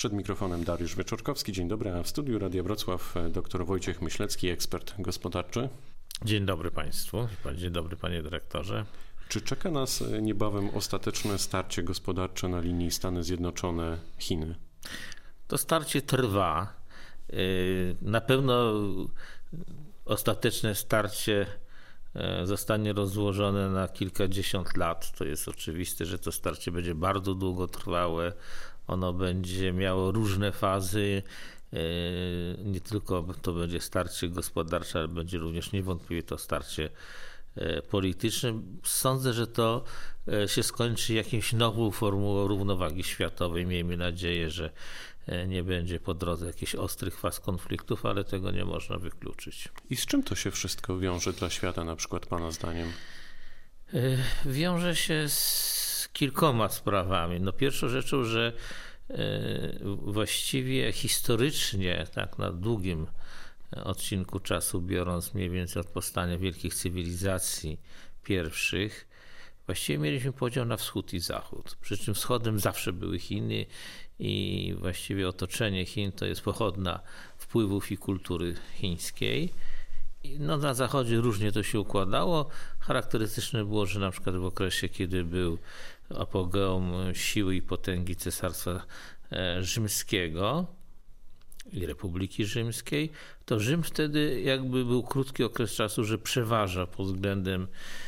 Przed mikrofonem Dariusz Wieczorkowski. Dzień dobry, a w studiu Radia Wrocław dr Wojciech Myślecki, ekspert gospodarczy. Dzień dobry Państwu, dzień dobry Panie Dyrektorze. Czy czeka nas niebawem ostateczne starcie gospodarcze na linii Stany Zjednoczone-Chiny? To starcie trwa. Na pewno ostateczne starcie zostanie rozłożone na kilkadziesiąt lat. To jest oczywiste, że to starcie będzie bardzo długotrwałe. Ono będzie miało różne fazy. Nie tylko to będzie starcie gospodarcze, ale będzie również niewątpliwie to starcie polityczne. Sądzę, że to się skończy jakąś nową formułą równowagi światowej. Miejmy nadzieję, że nie będzie po drodze jakichś ostrych faz konfliktów, ale tego nie można wykluczyć. I z czym to się wszystko wiąże dla świata, na przykład Pana zdaniem? Wiąże się z kilkoma sprawami. Pierwszą rzeczą, że właściwie historycznie, tak na długim odcinku czasu, biorąc mniej więcej od powstania wielkich cywilizacji pierwszych, właściwie mieliśmy podział na wschód i zachód. Przy czym wschodem zawsze były Chiny i właściwie otoczenie Chin to jest pochodna wpływów i kultury chińskiej. Na zachodzie różnie to się układało. Charakterystyczne było, że na przykład w okresie, kiedy był apogeum siły i potęgi Cesarstwa Rzymskiego i Republiki Rzymskiej, to Rzym wtedy jakby był krótki okres czasu, że przeważa pod względem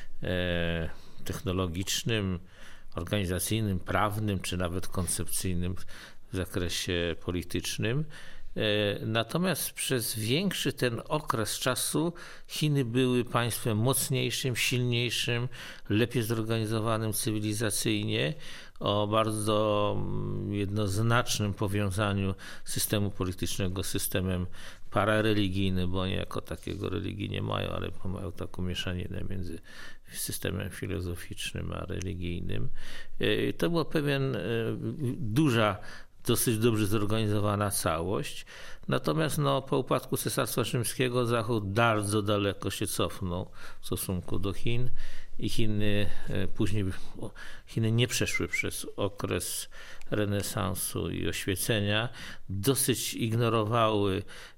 technologicznym, organizacyjnym, prawnym, czy nawet koncepcyjnym w zakresie politycznym. Natomiast przez większy ten okres czasu Chiny były państwem mocniejszym, silniejszym, lepiej zorganizowanym cywilizacyjnie, o bardzo jednoznacznym powiązaniu systemu politycznego z systemem parareligijnym, bo oni jako takiego religii nie mają, ale mają taką mieszaninę między systemem filozoficznym a religijnym. To była pewien duża, dosyć dobrze zorganizowana całość. Natomiast po upadku Cesarstwa Rzymskiego Zachód bardzo daleko się cofnął w stosunku do Chin i Chiny nie przeszły przez okres renesansu i oświecenia, dosyć ignorowały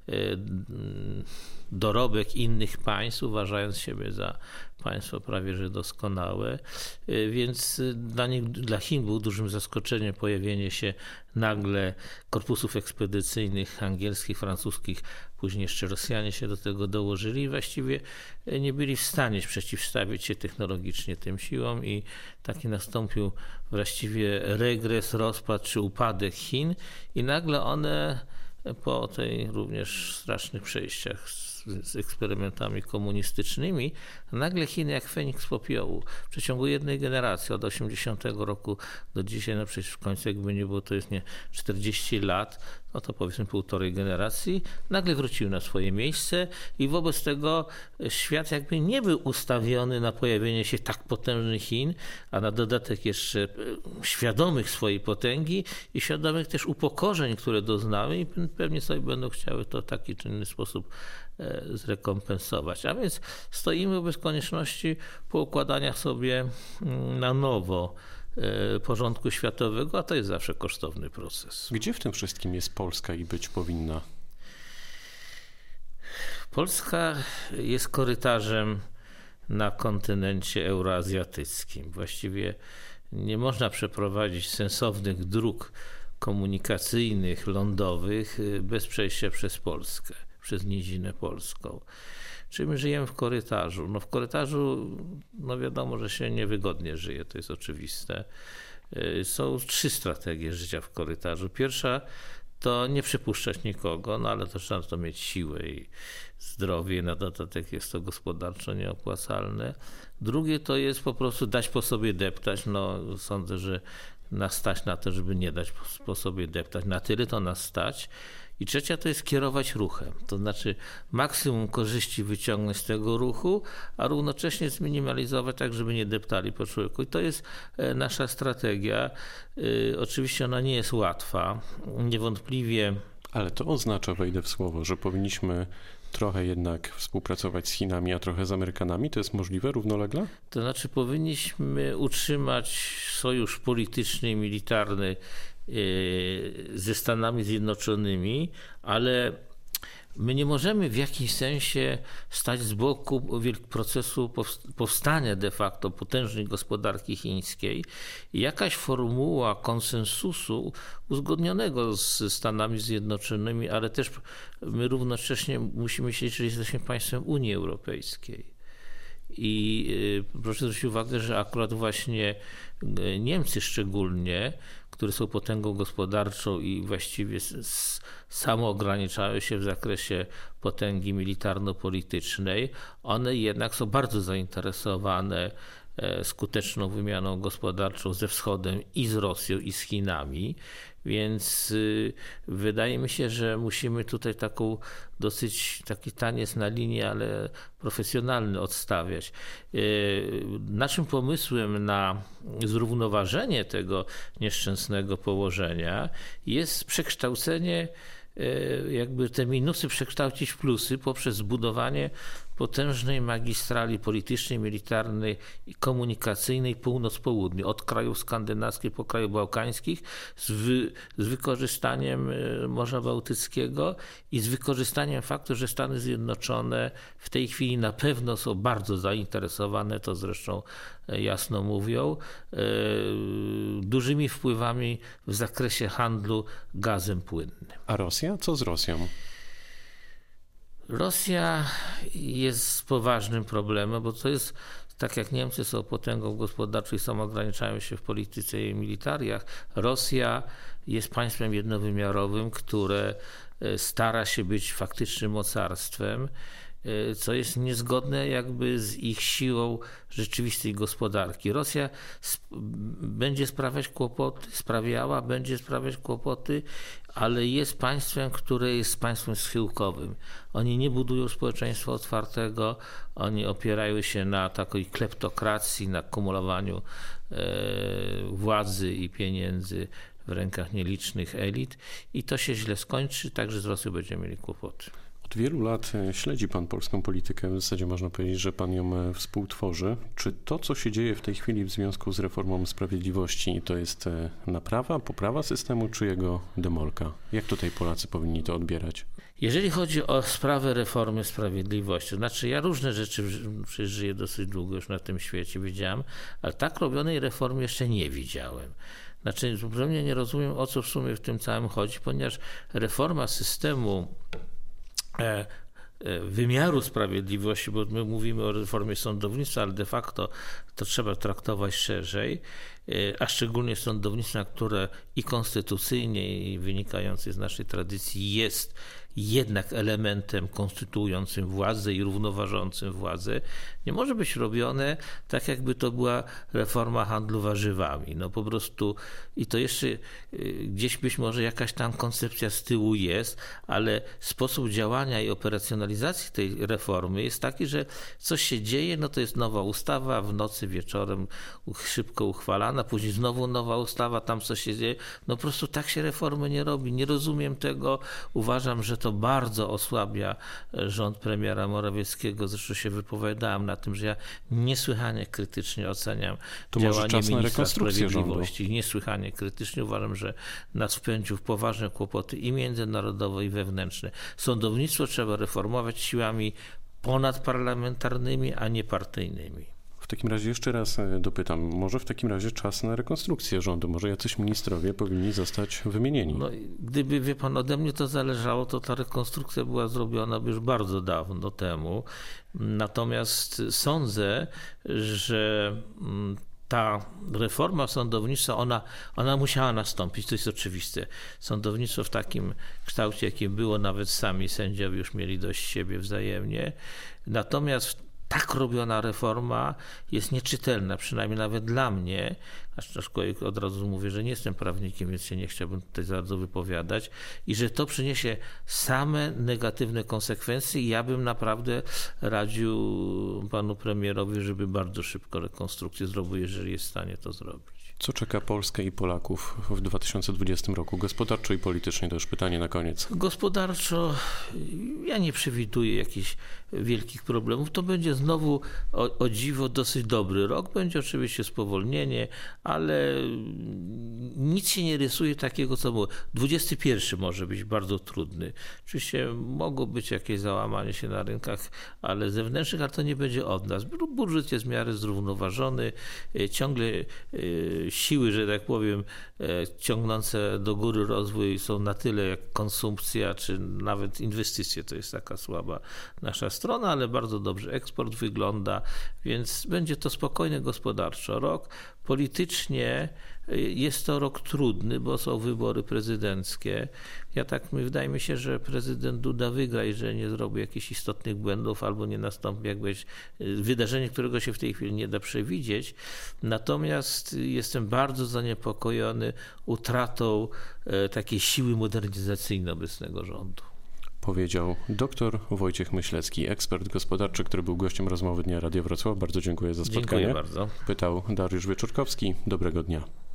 dorobek innych państw, uważając siebie za państwo prawie że doskonałe, więc dla Chin było dużym zaskoczeniem pojawienie się nagle korpusów ekspedycyjnych angielskich, francuskich, później jeszcze Rosjanie się do tego dołożyli i właściwie nie byli w stanie przeciwstawić się technologicznie tym siłom i taki nastąpił właściwie regres, rozpad czy upadek Chin i nagle one po tej również strasznych przejściach z eksperymentami komunistycznymi, nagle Chiny jak Feniks z popiołu. W przeciągu jednej generacji, od 80 roku do dzisiaj, przecież w końcu jakby nie było, to jest 40 lat, to powiedzmy półtorej generacji, nagle wrócił na swoje miejsce i wobec tego świat jakby nie był ustawiony na pojawienie się tak potężnych Chin, a na dodatek jeszcze świadomych swojej potęgi i świadomych też upokorzeń, które doznały i pewnie sobie będą chciały to w taki czy inny sposób zrekompensować. A więc stoimy bez konieczności poukładania sobie na nowo porządku światowego, a to jest zawsze kosztowny proces. Gdzie w tym wszystkim jest Polska i być powinna? Polska jest korytarzem na kontynencie euroazjatyckim. Właściwie nie można przeprowadzić sensownych dróg komunikacyjnych, lądowych bez przejścia przez Polskę, przez Nizinę Polską. Czyli my żyjemy w korytarzu. W korytarzu wiadomo, że się niewygodnie żyje, to jest oczywiste. Są 3 strategie życia w korytarzu. Pierwsza to nie przypuszczać nikogo, ale to trzeba to mieć siłę i zdrowie, na dodatek jest to gospodarczo nieopłacalne. Drugie to jest po prostu dać po sobie deptać. Sądzę, że nas stać na to, żeby nie dać po sobie deptać. Na tyle to nas stać. I trzecia to jest kierować ruchem, to znaczy maksimum korzyści wyciągnąć z tego ruchu, a równocześnie zminimalizować tak, żeby nie deptali po człowieku. I to jest nasza strategia. Oczywiście ona nie jest łatwa, niewątpliwie. Ale to oznacza, wejdę w słowo, że powinniśmy trochę jednak współpracować z Chinami, a trochę z Amerykanami? To jest możliwe równolegle? To znaczy powinniśmy utrzymać sojusz polityczny i militarny ze Stanami Zjednoczonymi, ale my nie możemy w jakimś sensie stać z boku procesu powstania de facto potężnej gospodarki chińskiej. Jakaś formuła konsensusu uzgodnionego z Stanami Zjednoczonymi, ale też my równocześnie musimy myśleć, że jesteśmy państwem Unii Europejskiej. I proszę zwrócić uwagę, że akurat właśnie Niemcy szczególnie, które są potęgą gospodarczą i właściwie samo ograniczają się w zakresie potęgi militarno-politycznej, one jednak są bardzo zainteresowane skuteczną wymianą gospodarczą ze Wschodem i z Rosją i z Chinami, więc wydaje mi się, że musimy tutaj taki taniec na linii, ale profesjonalny odstawiać. Naszym pomysłem na zrównoważenie tego nieszczęsnego położenia jest przekształcenie, jakby te minusy przekształcić w plusy poprzez zbudowanie potężnej magistrali politycznej, militarnej i komunikacyjnej północ-południe, od krajów skandynawskich po krajów bałkańskich, z wykorzystaniem Morza Bałtyckiego i z wykorzystaniem faktu, że Stany Zjednoczone w tej chwili na pewno są bardzo zainteresowane, to zresztą jasno mówią, dużymi wpływami w zakresie handlu gazem płynnym. A Rosja? Co z Rosją? Rosja jest poważnym problemem, bo to jest, tak jak Niemcy są potęgą gospodarczą i samograniczają się w polityce i militariach, Rosja jest państwem jednowymiarowym, które stara się być faktycznym mocarstwem, co jest niezgodne jakby z ich siłą rzeczywistej gospodarki. Rosja będzie sprawiać kłopoty, ale jest państwem, które jest państwem schyłkowym. Oni nie budują społeczeństwa otwartego, oni opierają się na takiej kleptokracji, na kumulowaniu władzy i pieniędzy w rękach nielicznych elit i to się źle skończy, także z Rosją będziemy mieli kłopoty. Od wielu lat śledzi pan polską politykę, w zasadzie można powiedzieć, że pan ją współtworzy. Czy to, co się dzieje w tej chwili w związku z reformą sprawiedliwości, to jest naprawa, poprawa systemu, czy jego demolka? Jak tutaj Polacy powinni to odbierać? Jeżeli chodzi o sprawę reformy sprawiedliwości, to znaczy ja różne rzeczy, przecież żyję dosyć długo już na tym świecie, widziałem, ale tak robionej reformy jeszcze nie widziałem. Znaczy zupełnie nie rozumiem, o co w sumie w tym całym chodzi, ponieważ reforma systemu wymiaru sprawiedliwości, bo my mówimy o reformie sądownictwa, ale de facto to trzeba traktować szerzej, a szczególnie sądownictwa, które i konstytucyjnie, i wynikające z naszej tradycji jest jednak elementem konstytuującym władzę i równoważącym władzę, nie może być robione tak, jakby to była reforma handlu warzywami. No po prostu i to jeszcze gdzieś być może jakaś tam koncepcja z tyłu jest, ale sposób działania i operacjonalizacji tej reformy jest taki, że coś się dzieje, no to jest nowa ustawa, w nocy, wieczorem szybko uchwalana, później znowu nowa ustawa, tam coś się dzieje. No po prostu tak się reformy nie robi. Nie rozumiem tego. Uważam, że to bardzo osłabia rząd premiera Morawieckiego. Zresztą się wypowiadałem na tym, że ja niesłychanie krytycznie oceniam działanie ministra sprawiedliwości. Rządu. Niesłychanie krytycznie. Uważam, że nas wpędził w poważne kłopoty i międzynarodowe, i wewnętrzne. Sądownictwo trzeba reformować siłami ponadparlamentarnymi, a nie partyjnymi. W takim razie jeszcze raz dopytam, może w takim razie czas na rekonstrukcję rządu, może jacyś ministrowie powinni zostać wymienieni? No, gdyby, wie pan, ode mnie to zależało, to ta rekonstrukcja była zrobiona już bardzo dawno temu. Natomiast sądzę, że ta reforma sądownictwa, ona musiała nastąpić, to jest oczywiste. Sądownictwo w takim kształcie, jakim było, nawet sami sędziowie już mieli dość siebie wzajemnie. Natomiast tak robiona reforma jest nieczytelna, przynajmniej nawet dla mnie, aczkolwiek od razu mówię, że nie jestem prawnikiem, więc się nie chciałbym tutaj za bardzo wypowiadać i że to przyniesie same negatywne konsekwencje i ja bym naprawdę radził panu premierowi, żeby bardzo szybko rekonstrukcję zrobił, jeżeli jest w stanie to zrobić. Co czeka Polskę i Polaków w 2020 roku? Gospodarczo i politycznie, to już pytanie na koniec. Gospodarczo ja nie przewiduję jakichś wielkich problemów. To będzie znowu o dziwo dosyć dobry rok. Będzie oczywiście spowolnienie, ale nic się nie rysuje takiego, co było. 21 może być bardzo trudny. Oczywiście mogą być jakieś załamanie się na rynkach, ale zewnętrznych, ale to nie będzie od nas. Budżet jest w miarę zrównoważony. Ciągle siły, że tak powiem, ciągnące do góry rozwój są na tyle jak konsumpcja, czy nawet inwestycje. To jest taka słaba nasza strona, ale bardzo dobrze eksport wygląda, więc będzie to spokojny gospodarczo rok. Politycznie jest to rok trudny, bo są wybory prezydenckie. Wydaje mi się, że prezydent Duda wygra i że nie zrobi jakichś istotnych błędów albo nie nastąpi jakieś wydarzenie, którego się w tej chwili nie da przewidzieć. Natomiast jestem bardzo zaniepokojony utratą takiej siły modernizacyjnej obecnego rządu. Powiedział dr Wojciech Myślecki, ekspert gospodarczy, który był gościem rozmowy Dnia Radia Wrocław. Bardzo dziękuję za spotkanie. Dziękuję bardzo. Pytał Dariusz Wieczorkowski. Dobrego dnia.